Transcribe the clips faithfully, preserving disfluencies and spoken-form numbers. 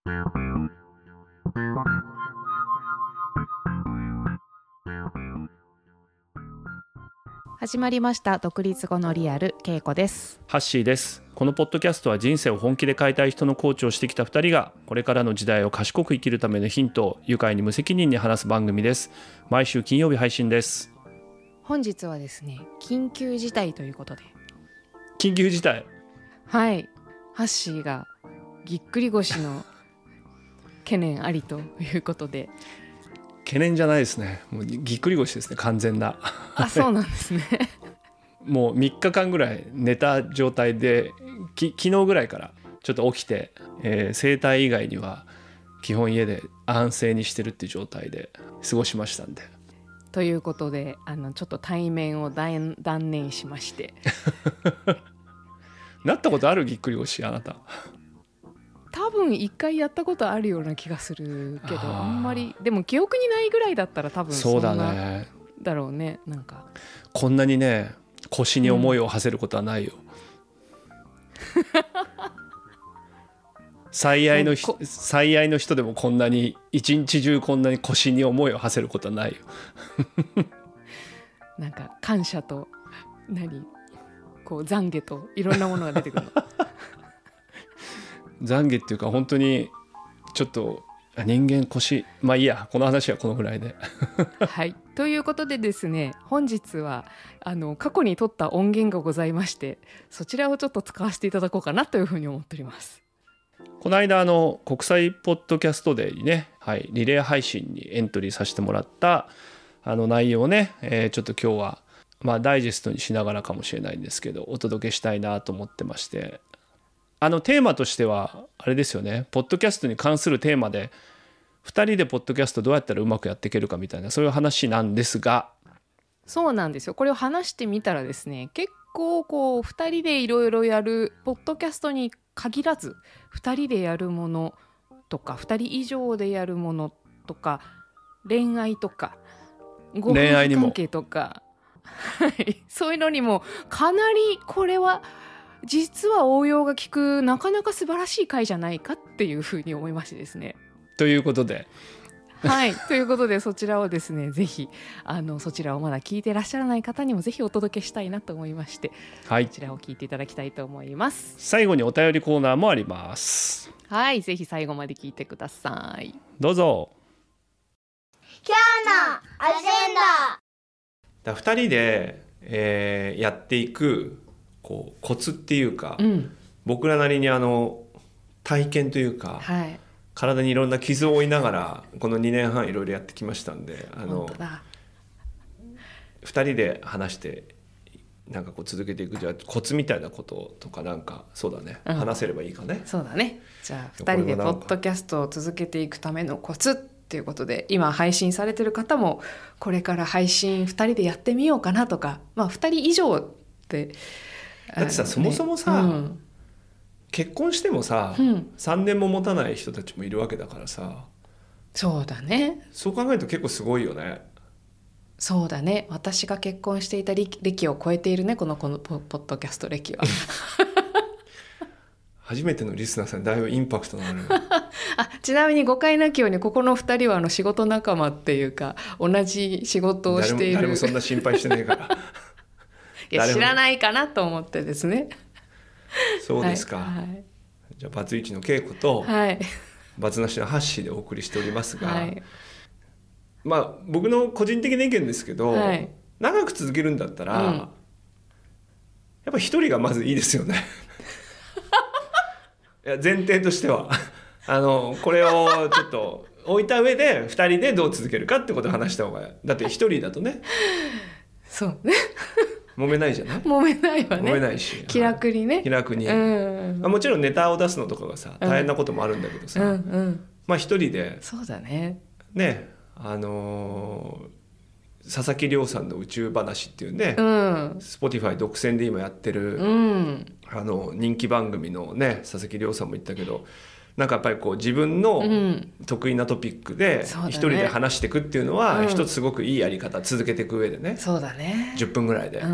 始まりました独立後のリアル、けいこです。 ハッシーです。このポッドキャストは人生を本気で変えたい人のコーチをしてきたふたりがこれからの時代を賢く生きるためのヒントを愉快に無責任に話す番組です。毎週金曜日配信です。 本日はですね、緊急事態ということで。 緊急事態。 はい、ハッシーがぎっくり腰の懸念ありということで。 懸念じゃないですね。もうぎっくり腰ですね、完全な。 あ、そうなんですね。 もうみっかかんぐらい寝た状態で、き昨日ぐらいからちょっと起きて、えー、整体以外には基本家で安静にしてるっていう状態で過ごしましたんで。 ということで、あのちょっと対面を断念しましてなったことある？ぎっくり腰あなた。 多分一回やったことあるような気がするけど、 あ, あんまりでも記憶にないぐらいだったら多分そんなそうだね。 だろうね。なんかこんなにね腰に思いを馳せることはないよ、うん、最愛の最愛の人でもこんなに一日中こんなに腰に思いを馳せることはないよなんか感謝と何こう懺悔といろんなものが出てくるの懺悔っていうか本当にちょっと人間腰、まあいいや、この話はこのぐらいではい、ということでですね、本日はあの過去に撮った音源がございまして、そちらをちょっと使わせていただこうかなというふうに思っております。 この間あの国際ポッドキャストデーにね、はい、リレー配信にエントリーさせてもらったあの内容をね、えー、ちょっと今日はまあダイジェストにしながらかもしれないんですけどお届けしたいなと思ってまして、あのテーマとしてはあれですよね、ポッドキャストに関するテーマでふたりでポッドキャストどうやったらうまくやっていけるかみたいな、そういう話なんですが。 そうなんですよ。これを話してみたらですね、結構こうふたりでいろいろやるポッドキャストに限らずふたりでやるものとかふたり以上でやるものとか恋愛とかご夫婦関係とかそういうのにもかなりこれは実は応用が効くなかなか素晴らしい回じゃないかっていうふうに思いましてですね。 ということではいということでそちらをですね、ぜひあのそちらをまだ聞いていらっしゃらない方にもぜひお届けしたいなと思いまして、はい、こちらを聞いていただきたいと思います。 最後にお便りコーナーもあります。 はい、ぜひ最後まで聞いてください。 どうぞ。 今日のアジェンダ。 だふたりで、えー、やっていくこうコツっていうか、 うん、僕らなりにあの体験というか、 はい、 体にいろんな傷を負いながらこのにねんはんいろいろやってきましたんで、あのふたりで話してなんかこう続けていく、じゃあコツみたいなこととかなんかそうだね、うん、話せればいいかね。 そうだね。じゃあふたりでポッドキャストを続けていくためのコツっていうことで、今配信されてる方もこれから配信ふたりでやってみようかなとか、まあふたり以上ってだってさ、ね、そもそもさ、うん、結婚してもさ、うん、さんねんも持たない人たちもいるわけだからさ。 そうだね。 そう考えると結構すごいよね。 そうだね。私が結婚していた歴を超えているね、このこのポッドキャスト歴は初めてのリスナーさんだいぶインパクトのあるあ、ちなみに誤解なきようにここのふたりはあの仕事仲間っていうか同じ仕事をしている。 誰も、誰もそんな心配してないからいや知らないかなと思ってですね。 そうですか、はいはい、じゃあバツイチの稽古と、はい、バツなしのハッシーでお送りしておりますが、はい、まあ僕の個人的な意見ですけど、はい、長く続けるんだったら、うん、やっぱ一人がまずいいですよねいや前提としてはあのこれをちょっと置いた上でふたりでどう続けるかってことを話した方が、だって一人だとねそうね揉めないじゃない。 揉めないわね。 揉めないし気楽にね、 気楽に、 うんあもちろんネタを出すのとかがさ大変なこともあるんだけどさ、うんうん、まあ一人でそうだねね、あのー、佐々木亮さんの宇宙話っていうね、うん、Spotify 独占で今やってる、うん、あの人気番組のね佐々木亮さんも言ったけど、なんかやっぱりこう自分の得意なトピックで一人で話していくっていうのは一つすごくいいやり方、続けていく上でね。 そうだね。 じゅっぷんぐらいで、うん、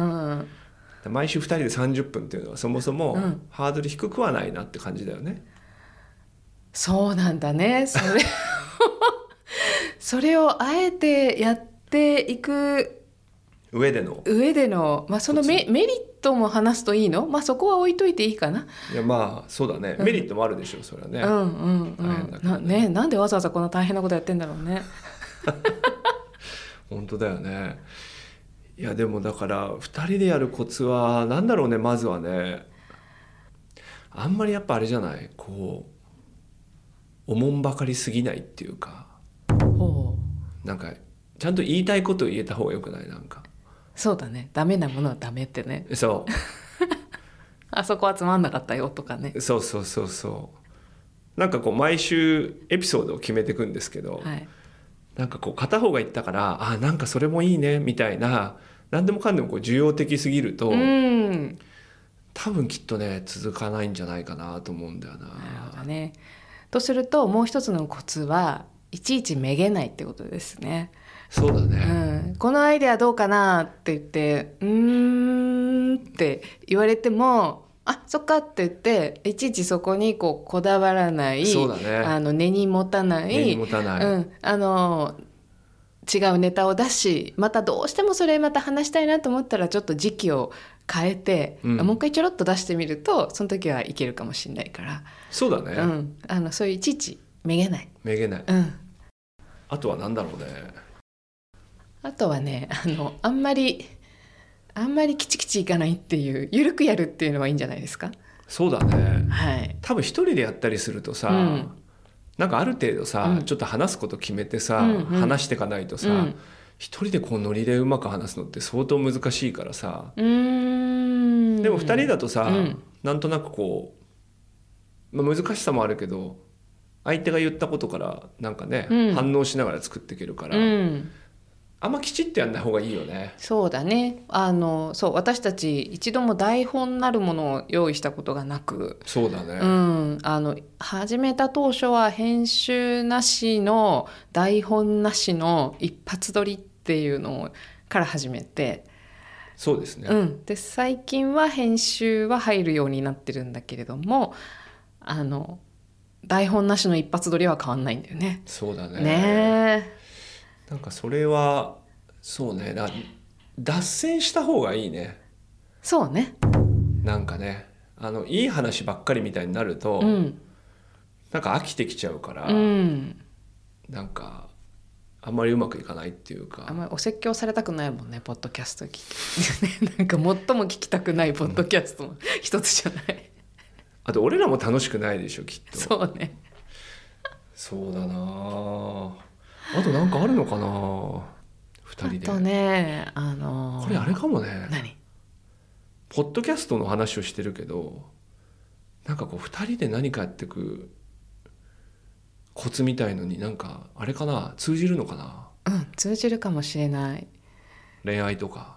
毎週ふたりでさんじゅっぷんっていうのはそもそもハードル低くはないなって感じだよね。 そうなんだね。それそれをあえてやっていく上での上での、まあ、そのメ、メリットも話すといいの？まあそこは置いといていいかな。 いやまあそうだね、 うん、 メリットもあるでしょそれはね。 うんうんうん、 大変だけどね。 なね、なんでわざわざこんな大変なことやってんだろうね。 本当だよね。いやでもだからふたりでやるコツはなんだろうね。まずはね、あんまりやっぱあれじゃない、こうおもんばかりすぎないっていうか、 ほうなんかちゃんと言いたいことを言えた方がよくない？なんかそうだね、ダメなものはダメってね。 そあそこはつまんなかったよとかね。 うそうそうそうそうなんかこう毎週エピソードを決めていくんですけど、 はい、 なんかこう片方が言ったからあなんかそれもいいねみたいな、何でもかんでもこう需要的すぎると、 うん、 多分きっとね続かないんじゃないかなと思うんだよな。 なるほどね。とするともう一つのコツはいちいちめげないってことですね。 そうだうね、 ん、このアイデアどうかなって言ってうーんって言われてもあそっかって言っていちいちそこにこうこだわらない、 そうだね、 あの根に持たない根に持たない、 うん、あの違うネタを出し、またどうしてもそれまた話したいなと思ったらちょっと時期を変えて、 うんもう一回ちょろっと出してみるとその時はいけるかもしれないから、 そうだね、 うん、あのそういういちいちめげない、 めげない、 うん、 あとはなんだろうね、 あとはね、あのあんまりあんまりキチキチいかないっていう、ゆるくやるっていうのはいいんじゃないですか。 そうだね、 はい、 多分一人でやったりするとさ、 うんなんかある程度さ、 うんちょっと話すこと決めてさ、 うんうん話していかないとさ、 うん一人でこうノリでうまく話すのって相当難しいからさ、 うーんでも二人だとさ、 うんなんとなくこう、まあ、難しさもあるけど相手が言ったことからなんかね、 うん反応しながら作っていけるから、 うんあんまきちっとやんない方がいいよね。 そうだね。あのそう私たち一度も台本なるものを用意したことがなく、 そうだね、 うん、あの始めた当初は編集なしの台本なしの一発撮りっていうのから始めて、 そうですね、 うん、で最近は編集は入るようになってるんだけれども、あの台本なしの一発撮りは変わんないんだよね。 そうだね、 ねえ、 なんかそれはそうね、な脱線した方がいいね。 そうね、 なんかね、あのいい話ばっかりみたいになると、 うんなんか飽きてきちゃうから、 うんなんかあんまりうまくいかないっていうか、 あんまりお説教されたくないもんね、ポッドキャスト聞いてなんか最も聞きたくないポッドキャストの一つじゃない、 あと俺らも楽しくないでしょきっと。 そうね。 そうだなあ。あとなんかあるのかな、二人で。 あとね、あのーこれあれかもね、 何ポッドキャストの話をしてるけど、なんかこう二人で何かやってくコツみたいのになんかあれかな、通じるのかな、 うん通じるかもしれない。 恋愛とか。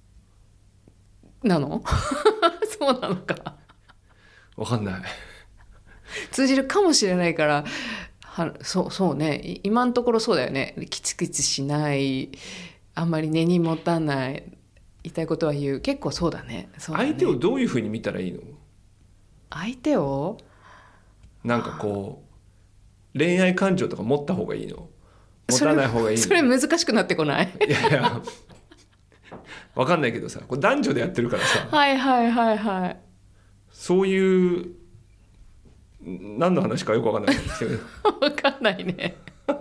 なのそうなのか、 わかんない。 通じるかもしれないから、はそうそうね、い今のところそうだよね。キチキチしない、あんまり根に持たない、言いたいことは言う、結構そうだね。そうだね、 相手をどういうふうに見たらいいの？ 相手をなんかこう恋愛感情とか持った方がいいの？持たない方がいいの？ それ、それ難しくなってこないいやいやわかんないけどさ、これ男女でやってるからさ、 はいはいはいはい、 そういう何の話かよくわかんないんですけど分かんないね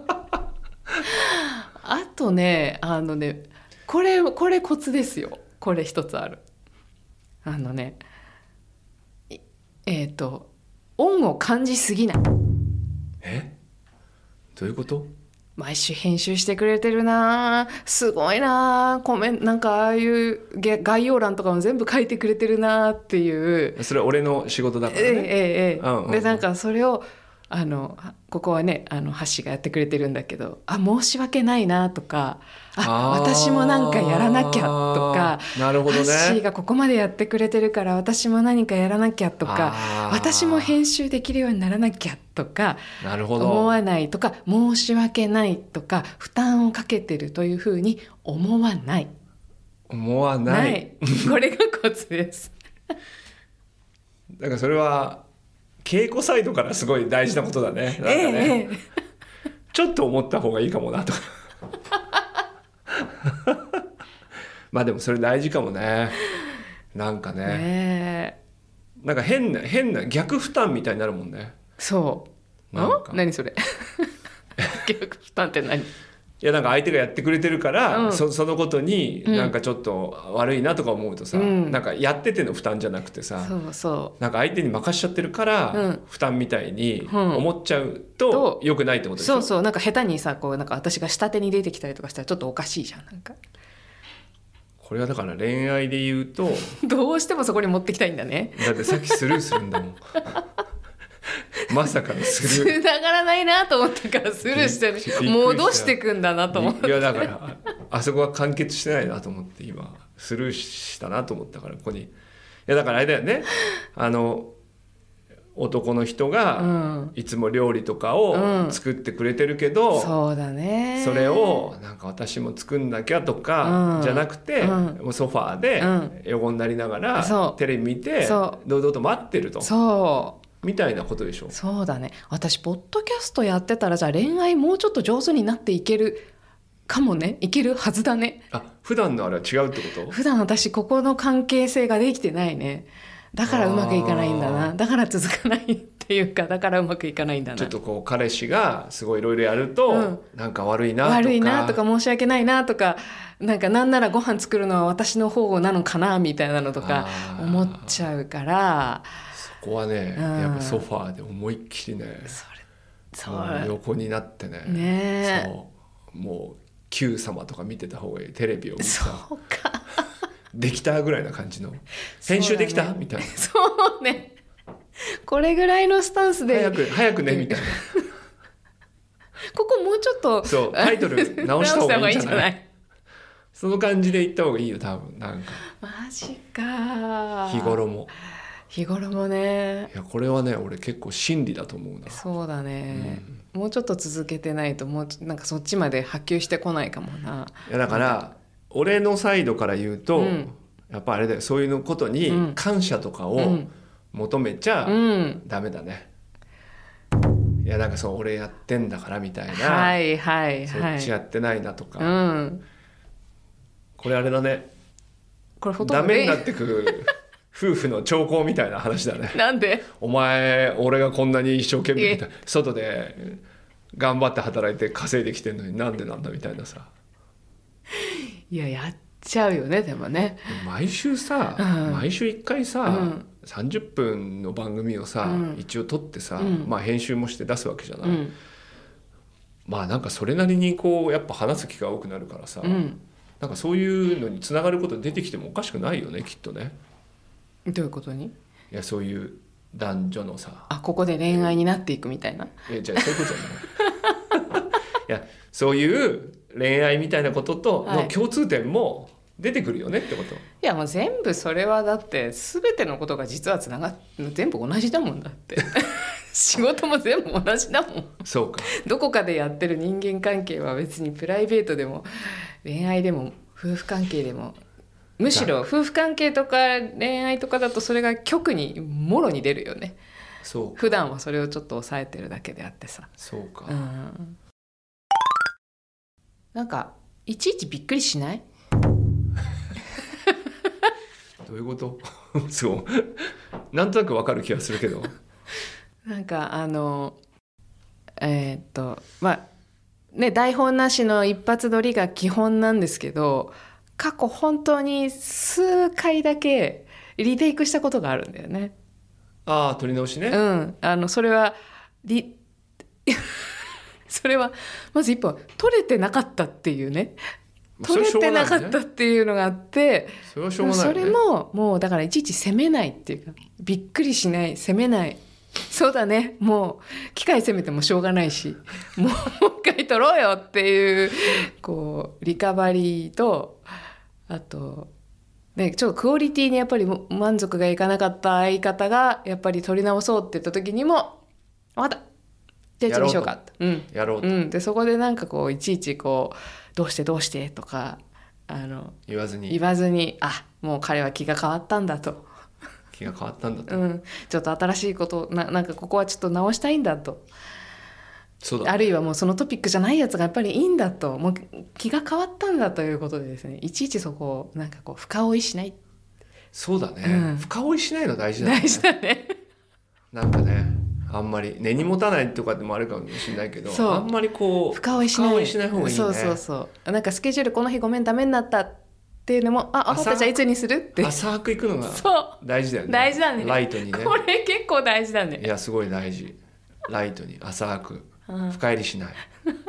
あとね、あのね、これこれコツですよ。これ一つある。あのね、いえっと恩を感じすぎない。 え？どういうこと？ 毎週編集してくれてるな、すごいな、コメントなんかああいうげ概要欄とかも全部書いてくれてるなっていう。 それは俺の仕事だからね。 ええええええ、 うんうんうんでなんかそれをあのここはね、あのハッシーがやってくれてるんだけど、あ申し訳ないなとか、ああー私もなんかやらなきゃとか、 なるほどね。 ハッシーがここまでやってくれてるから私も何かやらなきゃとか、 あー私も編集できるようにならなきゃとかなるほど。 思わないとか、申し訳ないとか負担をかけてるというふうに思わない思わない。 これがコツですだからそれは稽古サイドからすごい大事なことだね。なんかね、 ええ、 ちょっと思った方がいいかもなとかまあでもそれ大事かもね。なんかね、 ねなんか変な変な逆負担みたいになるもんね。 そうなんかん何それ逆負担って何？ いやなんか相手がやってくれてるから、 うん、 そ, そのことにうんなんかちょっと悪いなとか思うとさ、うん、なんかやってての負担じゃなくてさ、 そうそうなんか相手に任しちゃってるから、うん、負担みたいに思っちゃうと良くないってことでしょ、 うん、そうそう、なんか下手にさこうなんか私が下手に出てきたりとかしたらちょっとおかしいじゃん。なんかこれはだから恋愛で言うとどうしてもそこに持ってきたいんだね。 だってさっきスルーするんだもんまさかのスルーつながらないなと思ってからスルーして戻してくんだなと思って。 いやだからあそこは完結してないなと思って今スルーしたなと思ったからここに。いやだからあれだよね、あの男の人がいつも料理とかを作ってくれてるけど、 うん、そうだね、 それをなんか私も作んなきゃとか、うん、じゃなくて、うん、もうソファーで横になりながら、うん、テレビ見て堂々と待ってると、そうみたいなことでしょ。 そうだね。私ポッドキャストやってたらじゃあ恋愛もうちょっと上手になっていけるかもね。いけるはずだね。 あ、普段のあれは違うってこと？ 普段私ここの関係性ができてないね。だからうまくいかないんだな。だから続かないっていうか、だからうまくいかないんだな。 ちょっとこう彼氏がすごいいろいろやると、うん、なんか悪いなとか悪いなとか申し訳ないなとか、なんかなんならご飯作るのは私の方なのかなみたいなのとか思っちゃうから、 そこはね、うん、やっぱソファーで思いっきりね、それそう横になってね、ね、そうもう Q 様とか見てた方がいい。テレビを見てさ、 そうかできたぐらいな感じの編集できた、ね、みたいな。 そうね、これぐらいのスタンスで早く早くねみたいなここもうちょっとそうタイトル直した方がいいんじゃないその感じで言った方がいいよ多分。なんかマジか。 日頃も日頃もね。 いやこれはね俺結構真理だと思うな。 そうだね、うん、もうちょっと続けてないともうなんかそっちまで波及してこないかもな。 いやだから、うん、俺のサイドから言うと、うん、やっぱあれだよ、そういうことに感謝とかを求めちゃダメだね、うん、いやなんかそう俺やってんだからみたいな、 はいはいはい、 そっちやってないなとか、 うん、これあれだね、 これほとんどダメになってく夫婦の兆候みたいな話だね。 なんでお前俺がこんなに一生懸命外で頑張って働いて稼いできてんのになんでなんだみたいなさ。 いややっちゃうよね。でもね毎週さ、うん、毎週いっかいさ、うん、さんじゅっぷんの番組をさ、うん、一応撮ってさ、うん、まあ編集もして出すわけじゃない、うん、まあなんかそれなりにこうやっぱ話す機会が多くなるからさ、うん、なんかそういうのにつながること出てきてもおかしくないよねきっとね。 どういうことに？いやそういう男女のさ、 あここで恋愛になっていくみたいな。 いやじゃあそういうことじゃないいやそういう恋愛みたいなこととの共通点も出てくるよねってこと、はい、 いやもう全部それはだって全てのことが実はつながって全部同じだもんだって仕事も全部同じだもん。 そうか、 どこかでやってる人間関係は別にプライベートでも恋愛でも夫婦関係でも、むしろ夫婦関係とか恋愛とかだとそれが極にもろに出るよね。 そうか、 普段はそれをちょっと抑えてるだけであってさ。 そうか、 うん、なんかいちいちびっくりしない？ どういうことそうなんとなくわかる気がするけどなんかあのえー、っとまあね台本なしの一発撮りが基本なんですけど、過去本当に数回だけリテイクしたことがあるんだよね。 ああ撮り直しね。 うん、あのそれはリそれはまず一本撮れてなかったっていうね、撮れてなかったっていうのがあって、 それはしょうがないね。 それももうだからいちいち責めないっていうか、びっくりしない、責めない、そうだねもう機械責めてもしょうがないしもう一回撮ろうよっていうこうリカバリーと、あとねちょっとクオリティにやっぱり満足がいかなかった相方がやっぱり撮り直そうって言った時にも分かったじゃあ次しようかうん、やろうと、 うん、でそこでなんかこういちいちこうどうしてどうしてとかあの言わずに言わずにあもう彼は気が変わったんだと気が変わったんだと、 うん、ちょっと新しいことな、なんかここはちょっと直したいんだと、 そうだね、 あるいはもうそのトピックじゃないやつがやっぱりいいんだと、もう気が変わったんだということでですね、いちいちそこをなんかこう深追いしない。 そうだね、 うん深追いしないの大事だね。 大事だね。 なんかね、あんまり根に持たないとかでもあるかもしれないけど、 そうあんまりこう深追いしない、 深追いしない方がいいね。 そうそうそう、なんかスケジュールこの日ごめんダメになったっていうのも、あ、分かった、じゃあいつにするって浅くいくのがそう大事だよね。 大事だね、 ライトにね。 これ結構大事だね。 いやすごい大事。ライトに浅く、 うん、 深入りしない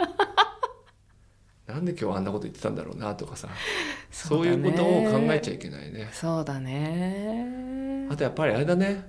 なんで今日あんなこと言ってたんだろうなとかさ、そういうことを考えちゃいけないね。 そうだね。 あとやっぱりあれだね、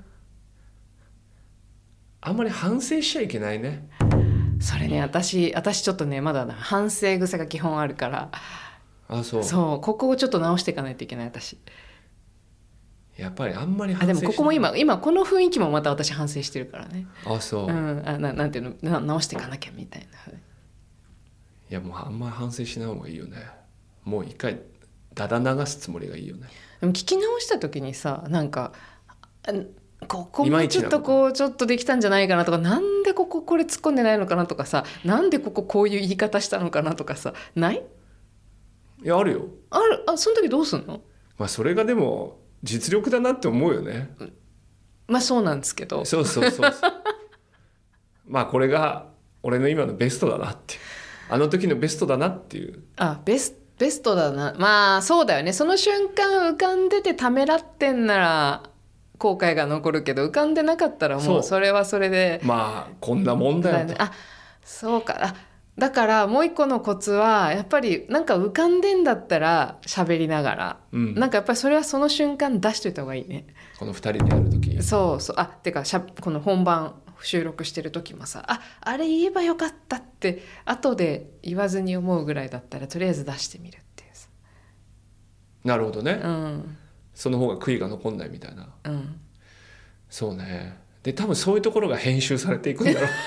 あんまり反省しちゃいけないね。 それね、私私ちょっとねまだ反省癖が基本あるから、 あ、そうそうここをちょっと直していかないといけない私。 やっぱりあんまりあ反省しない。 でもここも今今この雰囲気もまた私反省してるからね。 あ、そう、 うん、あななんていうのな直していかなきゃみたいな。 いやもうあんまり反省しない方がいいよね。もう一回だだ流すつもりがいいよね。 でも聞き直した時にさ、なんかあここもちょっとこうちょっとできたんじゃないかなとか、なんでこここれ突っ込んでないのかなとかさ、なんでこここういう言い方したのかなとかさ、ない？ いやあるよ。 ある。あ、その時どうすんの？ まあそれがでも実力だなって思うよね。 まあそうなんですけど、 そうそうそうそうまあこれが俺の今のベストだなっていう、あの時のベストだなっていう。 あ、ベスベストだな。まあそうだよね。その瞬間浮かんでてためらってんなら後悔が残るけど、浮かんでなかったらもうそれはそれで、 まあこんなもんだよと、 ね、あ、そうか。あ、だからもう一個のコツはやっぱりなんか浮かんでんだったら喋りながら、 うん、 なんかやっぱりそれはその瞬間出しといた方がいいね。 このふたりでやる時。 そうそう。あ、てかしゃこの本番収録してる時もさ、あ、あれ言えばよかったって後で言わずに思うぐらいだったらとりあえず出してみるっていうさ。 なるほどね、 うん、 その方が悔いが残んないみたいな、 うん、 そうね。で多分そういうところが編集されていくんだろう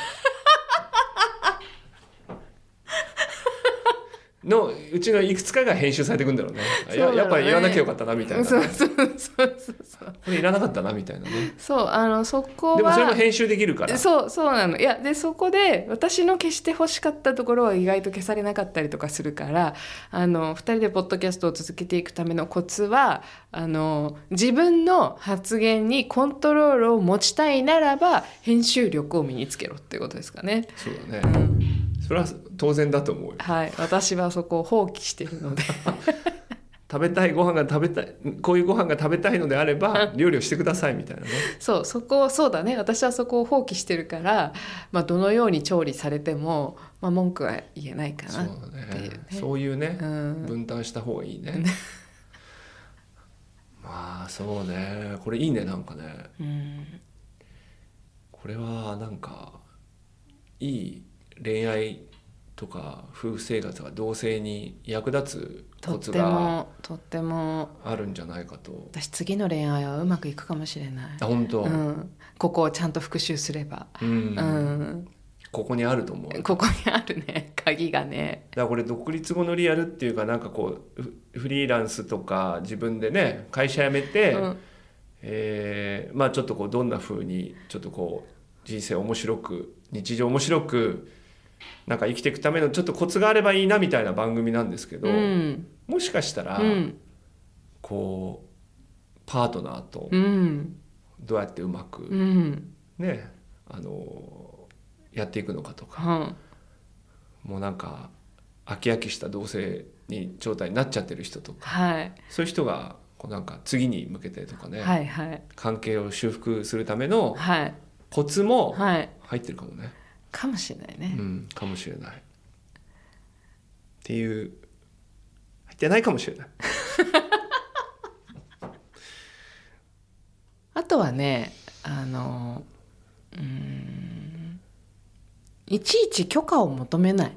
のうちのいくつかが編集されていくんだろうね。 そうだろうね。 や, やっぱり言わなきゃよかったなみたいな、ね、 そうそうそうそうそう。 これいらなかったなみたいなね。 そう、あのそこはでもそれも編集できるから。 そうそうなの。いやでそこで私の消して欲しかったところは意外と消されなかったりとかするから、あのふたりでポッドキャストを続けていくためのコツは、あの自分の発言にコントロールを持ちたいならば編集力を身につけろっていうことですかね。 そうだね、うん、それは当然だと思うよ。 はい、私はそこを放棄しているので食べたいご飯が食べたい、こういうご飯が食べたいのであれば料理をしてくださいみたいなね。 そうそこそうだね。私はそこを放棄してるから、まあ、どのように調理されても、まあ、文句は言えないかなっていうね。 そうね、そういうね、 うん、 分担した方がいいねまあそうね、これいいね、なんかね、 うん、これはなんかいい恋愛とか夫婦生活が同性に役立つコツがとってもあるんじゃないかと。 私次の恋愛はうまくいくかもしれない。 あ、本当、 うん、ここをちゃんと復習すれば、 うんうん、ここにあると思う。 ここにあるね、鍵がね。 だからこれ独立後のリアルっていうか、なんかこうフリーランスとか自分でね会社辞めて、うん、えー、まあちょっとこうどんな風にちょっとこう人生面白く日常面白くなんか生きていくためのちょっとコツがあればいいなみたいな番組なんですけど、うん、もしかしたら、うん、こうパートナーとどうやってうまく、うん、ね、あのやっていくのかとか、うん、もうなんか飽き飽きした同性に状態になっちゃってる人とか、はい、そういう人がこうなんか次に向けてとかね、はいはい、関係を修復するためのコツも入ってるかもね、はい、 かもしれないね、 うん、かもしれないっていう、入ってないかもしれないあとはね、あのうーんいちいち許可を求めない。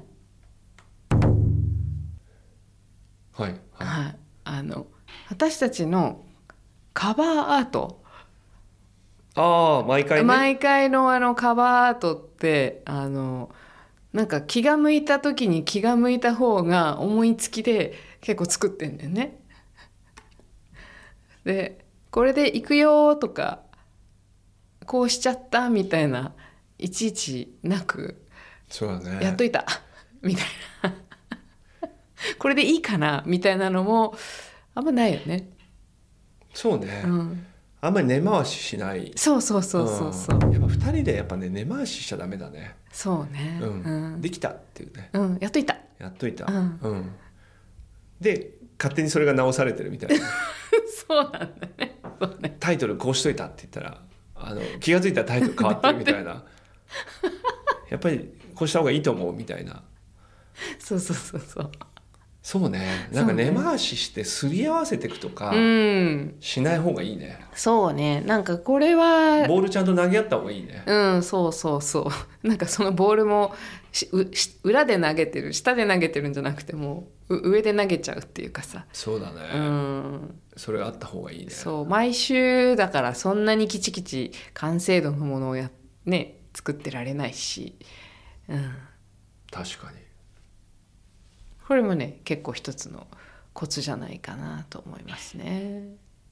はい、はいはい、あの私たちのカバーアート、 ああ毎回ね、 毎回のあのカバーアートってあのなんか気が向いた時に気が向いた方が思いつきで結構作ってんだよね。でこれで行くよとかこうしちゃったみたいないちいちなく、 そうだね、 やっといたみたいなこれでいいかなみたいなのもあんまないよね。 そうね、 うん、 あんまり根回ししない。 そうそうそうそうそう、 うん、やっぱふたりでやっぱね根回ししちゃダメだね。 そうね、 うんうん、 できたっていうね、 うん、やっといたやっといた、 うんうん、で勝手にそれが直されてるみたいなそうなんだね。そうね、 タイトルこうしといたって言ったらあの気が付いたらタイトル変わってるみたいなやっぱりこうした方がいいと思うみたいな。 そうそうそうそうそうね、なんか根回ししてすり合わせていくとかうんしない方がいいね。 そうね、なんかこれはボールちゃんと投げ合った方がいいね。 うんそうそうそうなんかそのボールもしうし裏で投げてる下で投げてるんじゃなくてもう上で投げちゃうっていうかさ。 そうだね、 うんそれがあった方がいいね。 そう毎週だからそんなにきちきち完成度のものをやね作ってられないし、うん、 確かにこれもね結構一つのコツじゃないかなと思いますね。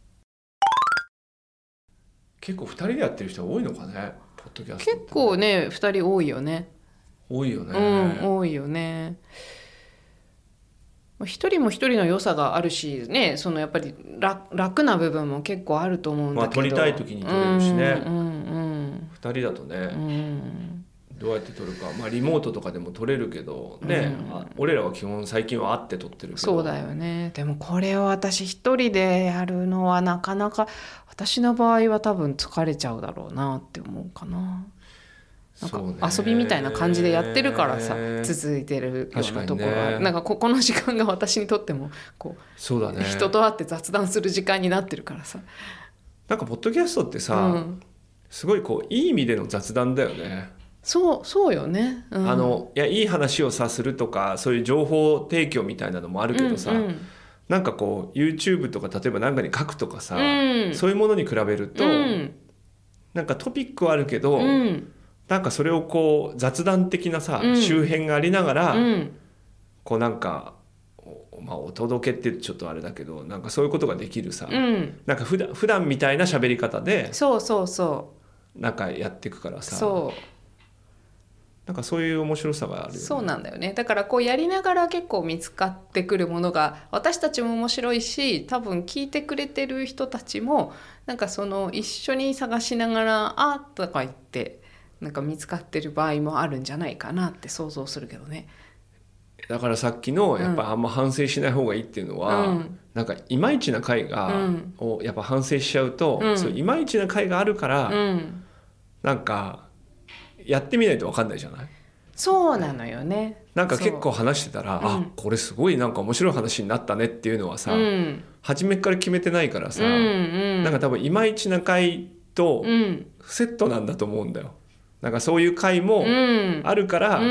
結構ふたりでやってる人多いのかね、ポッドキャストって、ね、 結構ねふたり多いよね。 多いよね、 うん多いよね。一人も一人の良さがあるしね、そのやっぱり 楽, 楽な部分も結構あると思うんだけど、 まあ撮りたい時に撮れるしね、 うんうんうん、 ふたりだとね、 うん、 どうやって撮るか、まあリモートとかでも撮れるけどね、うん、俺らは基本最近は会って撮ってるけど。 そうだよね。でもこれを私一人でやるのはなかなか、私の場合は多分疲れちゃうだろうなって思うかな。なんか遊びみたいな感じでやってるからさ続いてるようなところは、ね、なんかここの時間が私にとってもこうそうだ、ね、 人と会って雑談する時間になってるからさ。 なんかポッドキャストってさ、うん、すごいこういい意味での雑談だよね。 そうそうよね、うん、 あのいやいい話をさするとかそういう情報提供みたいなのもあるけどさ、うんうん、なんかこう YouTube とか例えば何かに書くとかさ、うん、そういうものに比べると、うん、なんかトピックはあるけど、うんなんかそれをこう雑談的なさ、うん、周辺がありながら、うん、こうなんか、まあ、お届けってちょっとあれだけどなんかそういうことができるさ、うん、なんか普段、普段みたいな喋り方でそうそうそうなんかやっていくからさそうなんかそういう面白さがあるよね。 そうなんだよね。だからこうやりながら結構見つかってくるものが私たちも面白いし多分聞いてくれてる人たちもなんかその一緒に探しながらあーとか言ってなんか見つかってる場合もあるんじゃないかなって想像するけどね。 だからさっきのやっぱあんま反省しない方がいいっていうのは、うん、なんかいまいちな回が、うん、をやっぱ反省しちゃうと、うん、そういまいちな回があるから、うん、なんかやってみないと分かんないじゃない。 そうなのよね。 なんか結構話してたら、あ、これすごいなんか面白い話になったねっていうのはさ、うん、初めから決めてないからさ、うんうん、なんか多分いまいちな回とセットなんだと思うんだよ。なんかそういう回もあるから、うん、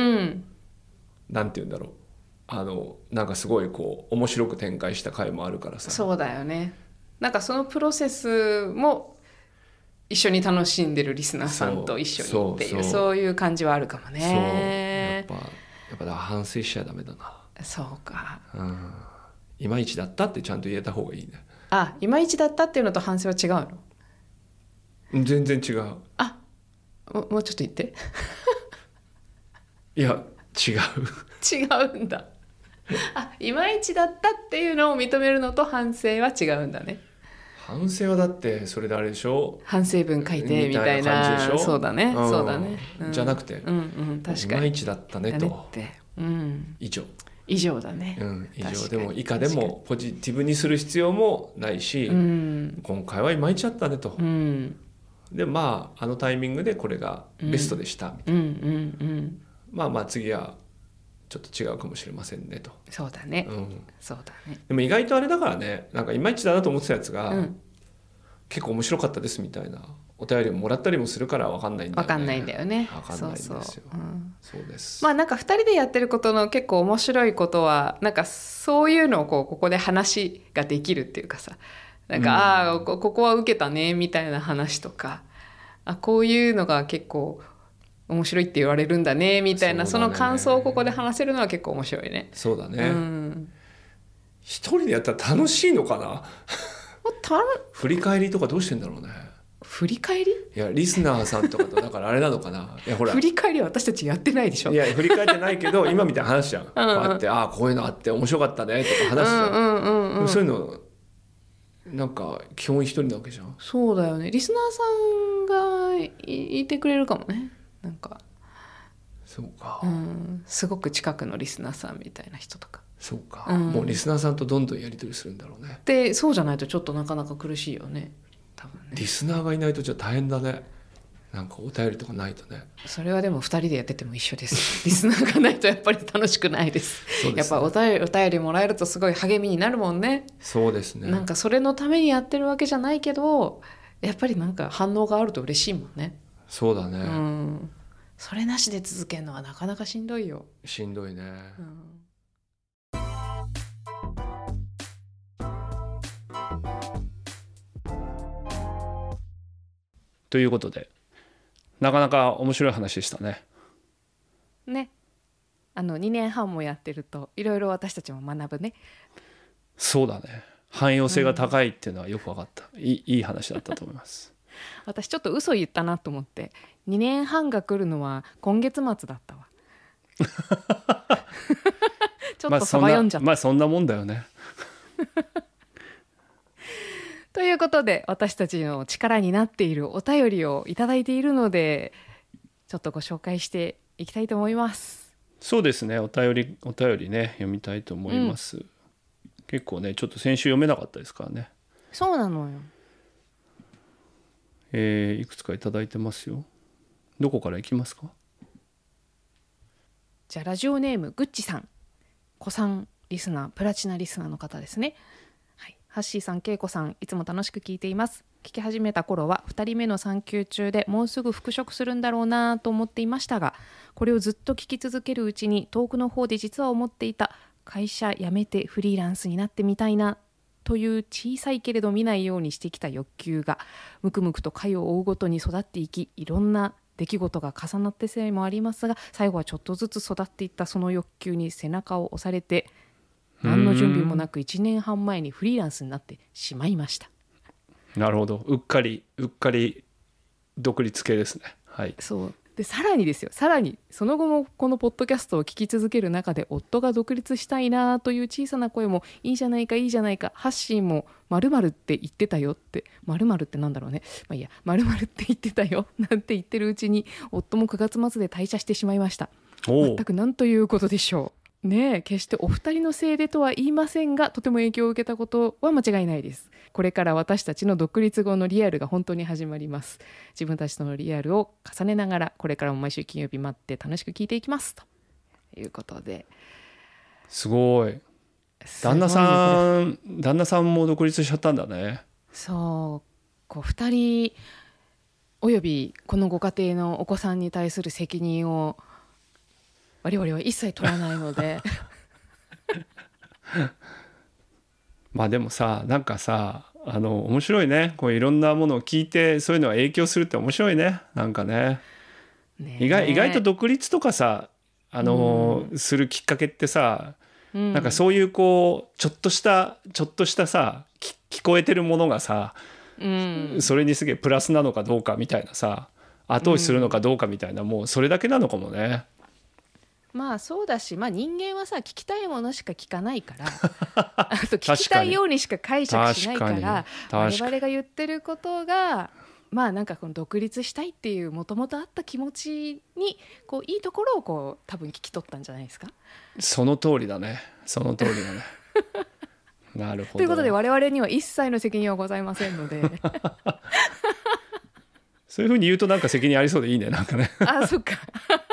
なんて言うんだろう、あのなんかすごいこう面白く展開した回もあるからさ。 そうだよね。なんかそのプロセスも一緒に楽しんでるリスナーさんと一緒にっていう、そう、そう、そういう感じはあるかもね。 そうやっぱやっぱだ反省しちゃダメだな。 そうか、 うん、いまいちだったってちゃんと言えた方がいいね。 あ、いまいちだったっていうのと反省は違うの？ 全然違う。 あ、も, もうちょっと言っていや違う違うんだ。あ、いまいちだったっていうのを認めるのと反省は違うんだね。 反省はだってそれであれでしょ、 反省文書いてみたい な, みたいな感じでしょ。そうだね、うん、そうだね、うん、 じゃなくて、 うんうん、確かにいまいちだったねと、 ねって、うん、 以上以上だね、 うん、以上でも以下でもポジティブにする必要もないし、うん、今回はいまいちだったねと、うん、でまああのタイミングでこれがベストでしたみたいな、うんうんうんうん、まあまあ次はちょっと違うかもしれませんねと。 そうだね、うん、そうだね。 でも意外とあれだからね、なんかいまいちだなと思ってたやつが、うん、結構面白かったですみたいなお便りももらったりもするから分かんないんだよね。 分かんないんだよね。 分かんないんですよ。そうそう、うん、そうです。 まあなんかふたりでやってることの結構面白いことはなんかそういうのをこうここで話ができるっていうかさ、なんか、うん、ああここは受けたねみたいな話とか、あこういうのが結構面白いって言われるんだねみたいな そ,、ね、その感想をここで話せるのは結構面白いね。 そうだね、うん、一人でやったら楽しいのかなた振り返りとかどうしてんだろうね。 振り返りいやリスナーさんとかとだからあれなのかな。いやほら振り返りは私たちやってないでしょ。 いや振り返ってないけど今みたいな話じゃん。こうやってああこういうのあって面白かったねとか話じゃん。 うんうんうんうん、 でもそういうのなんか基本一人なわけじゃん。 そうだよね。リスナーさんが い, いてくれるかもね。なんかそうか、 うん、すごく近くのリスナーさんみたいな人とか。 そうか、 うん、 もうリスナーさんとどんどんやり取りするんだろうね。 でそうじゃないとちょっとなかなか苦しいよね多分ね。 リスナーがいないとじゃあ大変だね。なんかお便りとかないとね。 それはでもふたりでやってても一緒ですリスナーがないとやっぱり楽しくないです。 そうですね、 やっぱお便り、お便りもらえるとすごい励みになるもんね。 そうですね。 なんかそれのためにやってるわけじゃないけどやっぱりなんか反応があると嬉しいもんね。 そうだね、 うん、それなしで続けるのはなかなかしんどいよ。 しんどいね、 うん、 ということでなかなか面白い話でしたね。 ね、あのにねんはんもやってるといろいろ私たちも学ぶね。 そうだね、汎用性が高いっていうのはよく分かった、うん、いい、いい話だったと思います私ちょっと嘘言ったなと思ってにねんはんが来るのは今月末だったわちょっとサバ読んじゃった、 まあそんなもんだよねということで私たちの力になっているお便りをいただいているのでちょっとご紹介していきたいと思います。 そうですね、お便りお便りね読みたいと思います、うん、結構ねちょっと先週読めなかったですからね。 そうなのよ、 えー、いくつかいただいてますよ。どこからいきますか。 じゃあラジオネームぐっちさん、子さんリスナー、プラチナリスナーの方ですね。はい、ハッシーさん、けいこさん、いつも楽しく聞いています。聞き始めた頃はふたりめの産休中でもうすぐ復職するんだろうなと思っていましたが、これをずっと聞き続けるうちに遠くの方で実は思っていた会社辞めてフリーランスになってみたいなという小さいけれど見ないようにしてきた欲求がむくむくと回を追うごとに育っていき、いろんな出来事が重なってせいもありますが、最後はちょっとずつ育っていったその欲求に背中を押されて何の準備もなくいちねんはん前にフリーランスになってしまいました。 なるほど、うっかりうっかり独立系ですね。はい、 そうでさらにですよ、さらにその後もこのポッドキャストを聞き続ける中で夫が独立したいなという小さな声もいいじゃないかいいじゃないか、ハッシーも〇〇って言ってたよって、〇〇ってなんだろうね、まあいいや、〇〇って言ってたよなんて言ってるうちに夫もくがつ末で退社してしまいました。全く何ということでしょうね。え決してお二人のせいでとは言いませんが、とても影響を受けたことは間違いないです。これから私たちの独立後のリアルが本当に始まります。自分たちとのリアルを重ねながらこれからも毎週金曜日待って楽しく聞いていきますということで、 すごい旦那さん旦那さんも独立しちゃったんだね。 そうこうふたりおよびこのご家庭のお子さんに対する責任を我々は一切取らないのでまあでもさ、なんかさ、あの面白いね、こういろんなものを聞いてそういうのが影響するって面白いね。なんか ね, ね意外意外と独立とかさ、あの、うん、するきっかけってさ、うん、なんかそういうこうちょっとしたちょっとしたさ聞こえてるものがさ、うん、それにすげえプラスなのかどうかみたいなさ、後押しするのかどうかみたいな、うん、もうそれだけなのかもね。 まあそうだし、まあ、人間はさ聞きたいものしか聞かないからあと聞きたいようにしか解釈しないから我々が言ってることがまあなんかこの独立したいっていうもともとあった気持ちにこういいところをこう多分聞き取ったんじゃないですか。 その通りだね、その通りだねなるほど。 ということで我々には一切の責任はございませんのでそういうふうに言うとなんか責任ありそうでいいね、なんかねあ、そっか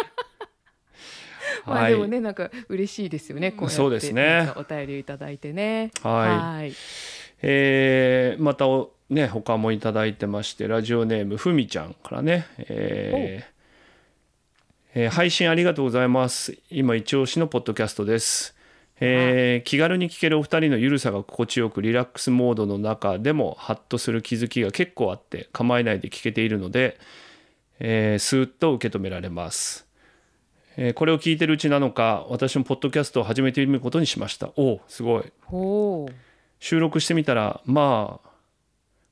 まあでもね、なんか嬉しいですよね、こうやってそうですね、 お便りいただいてね。 はい、はい、えー、またね他もいただいてまして、ラジオネームふみちゃんからね、えーえー、配信ありがとうございます。今一押しのポッドキャストです。えー、気軽に聞けるお二人のゆるさが心地よく、リラックスモードの中でもハッとする気づきが結構あって構えないで聞けているので、えー、スーッと受け止められます。えー、これを聞いてるうちなのか、私もポッドキャストを始めてみることにしました。おお、すごい。 お収録してみたら、まあ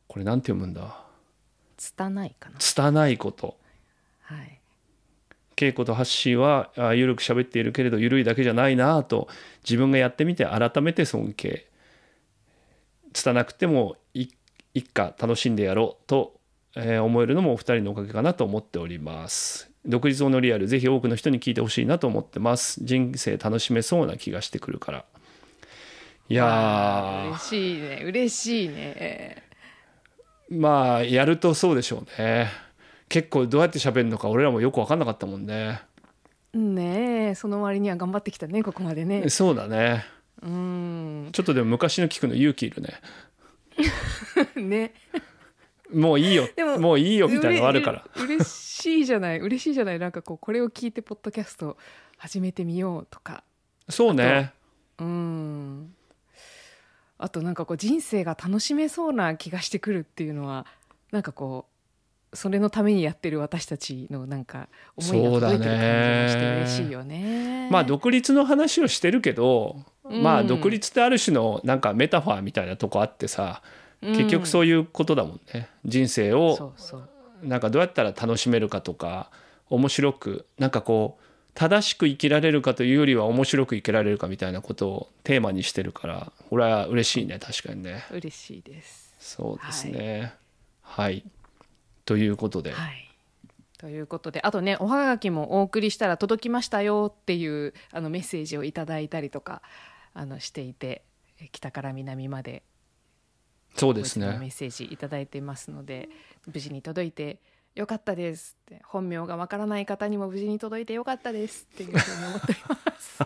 これなんて読むんだ。 つたないかな。 拙いこと。 はい。 恵子とハッシーはあゆるく喋っているけれどゆるいだけじゃないなと自分がやってみて改めて尊敬。拙くてもいいっか楽しんでやろうと、えー思えるのもお二人のおかげかなと思っております。独立後のリアルぜひ多くの人に聞いてほしいなと思ってます。人生楽しめそうな気がしてくるから。いやー嬉しいね嬉しいね。 まあやるとそうでしょうね。結構どうやって喋るのか俺らもよく分かんなかったもんね。 ねえその割には頑張ってきたねここまでね。 そうだね。 うんちょっとでも昔の聞くの勇気いるね。 ね。 もういいよでももういいよみたいなのあるから。 うれ嬉しいじゃない嬉しいじゃない。なんかこうこれを聞いてポッドキャスト始めてみようとか。 そうね。 うんあとなんかこう人生が楽しめそうな気がしてくるっていうのはなんかこうそれのためにやってる私たちのなんか思いが届いてる感じがして嬉しいよね。 まあ独立の話をしてるけど、 うんまあ独立ってある種のなんかメタファーみたいなとこあってさ、 うん結局そういうことだもんね。人生そをうそうなんかどうやったら楽しめるかとか面白くなんかこう正しく生きられるかというよりは面白く生きられるかみたいなことをテーマにしてるからこれは嬉しいね。確かにね。 嬉しいです。 そうですね。はい、はい、ということで、 はいということであとねおはがきもお送りしたら届きましたよっていうあのメッセージをいただいたりとかあのしていて北から南までそうですメッね。 セージいただいてますので無事に届いてよかったですって本名がわからない方にも無事に届いてよかったですっていうふうに思っております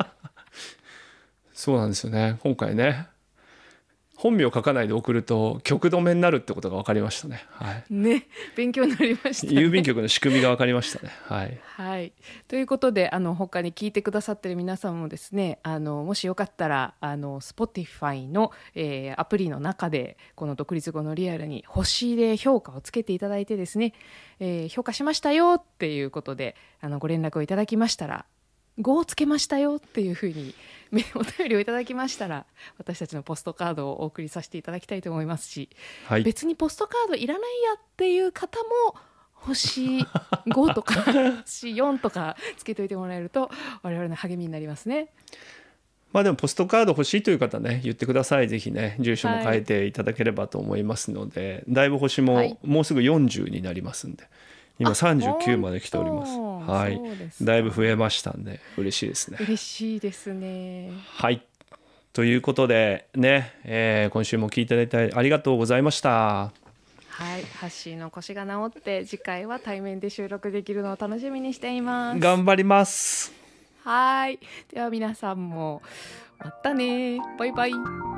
そうなんですよね。今回ね本名書かないで送ると局止めになるってことが分かりましたね。はい、 ね勉強になりましたね。 郵便局の仕組みが分かりましたね。はい、 はい、ということであの他に聞いてくださってる皆さんもですねあのもしよかったらあの Spotify の、えーアプリの中でこの独立後のリアルに星で評価をつけていただいてですね、えー評価しましたよっていうことであのご連絡をいただきましたらごをつけましたよっていうふうにめお便りをいただきましたら私たちのポストカードをお送りさせていただきたいと思いますし、 はい、 別にポストカードいらないやっていう方も星ごとか星よんとかつけといてもらえると我々の励みになりますね。 まあでもポストカード欲しいという方ね言ってください。ぜひね住所も変えていただければと思いますので、はい、だいぶ星ももうすぐよんじゅうになりますんで今さんじゅうきゅうまで来ております。はい、だいぶ増えましたんで嬉しいですね。 嬉しいですね。 はいということでね、えー、今週も聞いていただいてありがとうございました。 はい、ハッシーの腰が治って次回は対面で収録できるのを楽しみにしています。 頑張ります。 はい、では皆さんもまたね、バイバイ。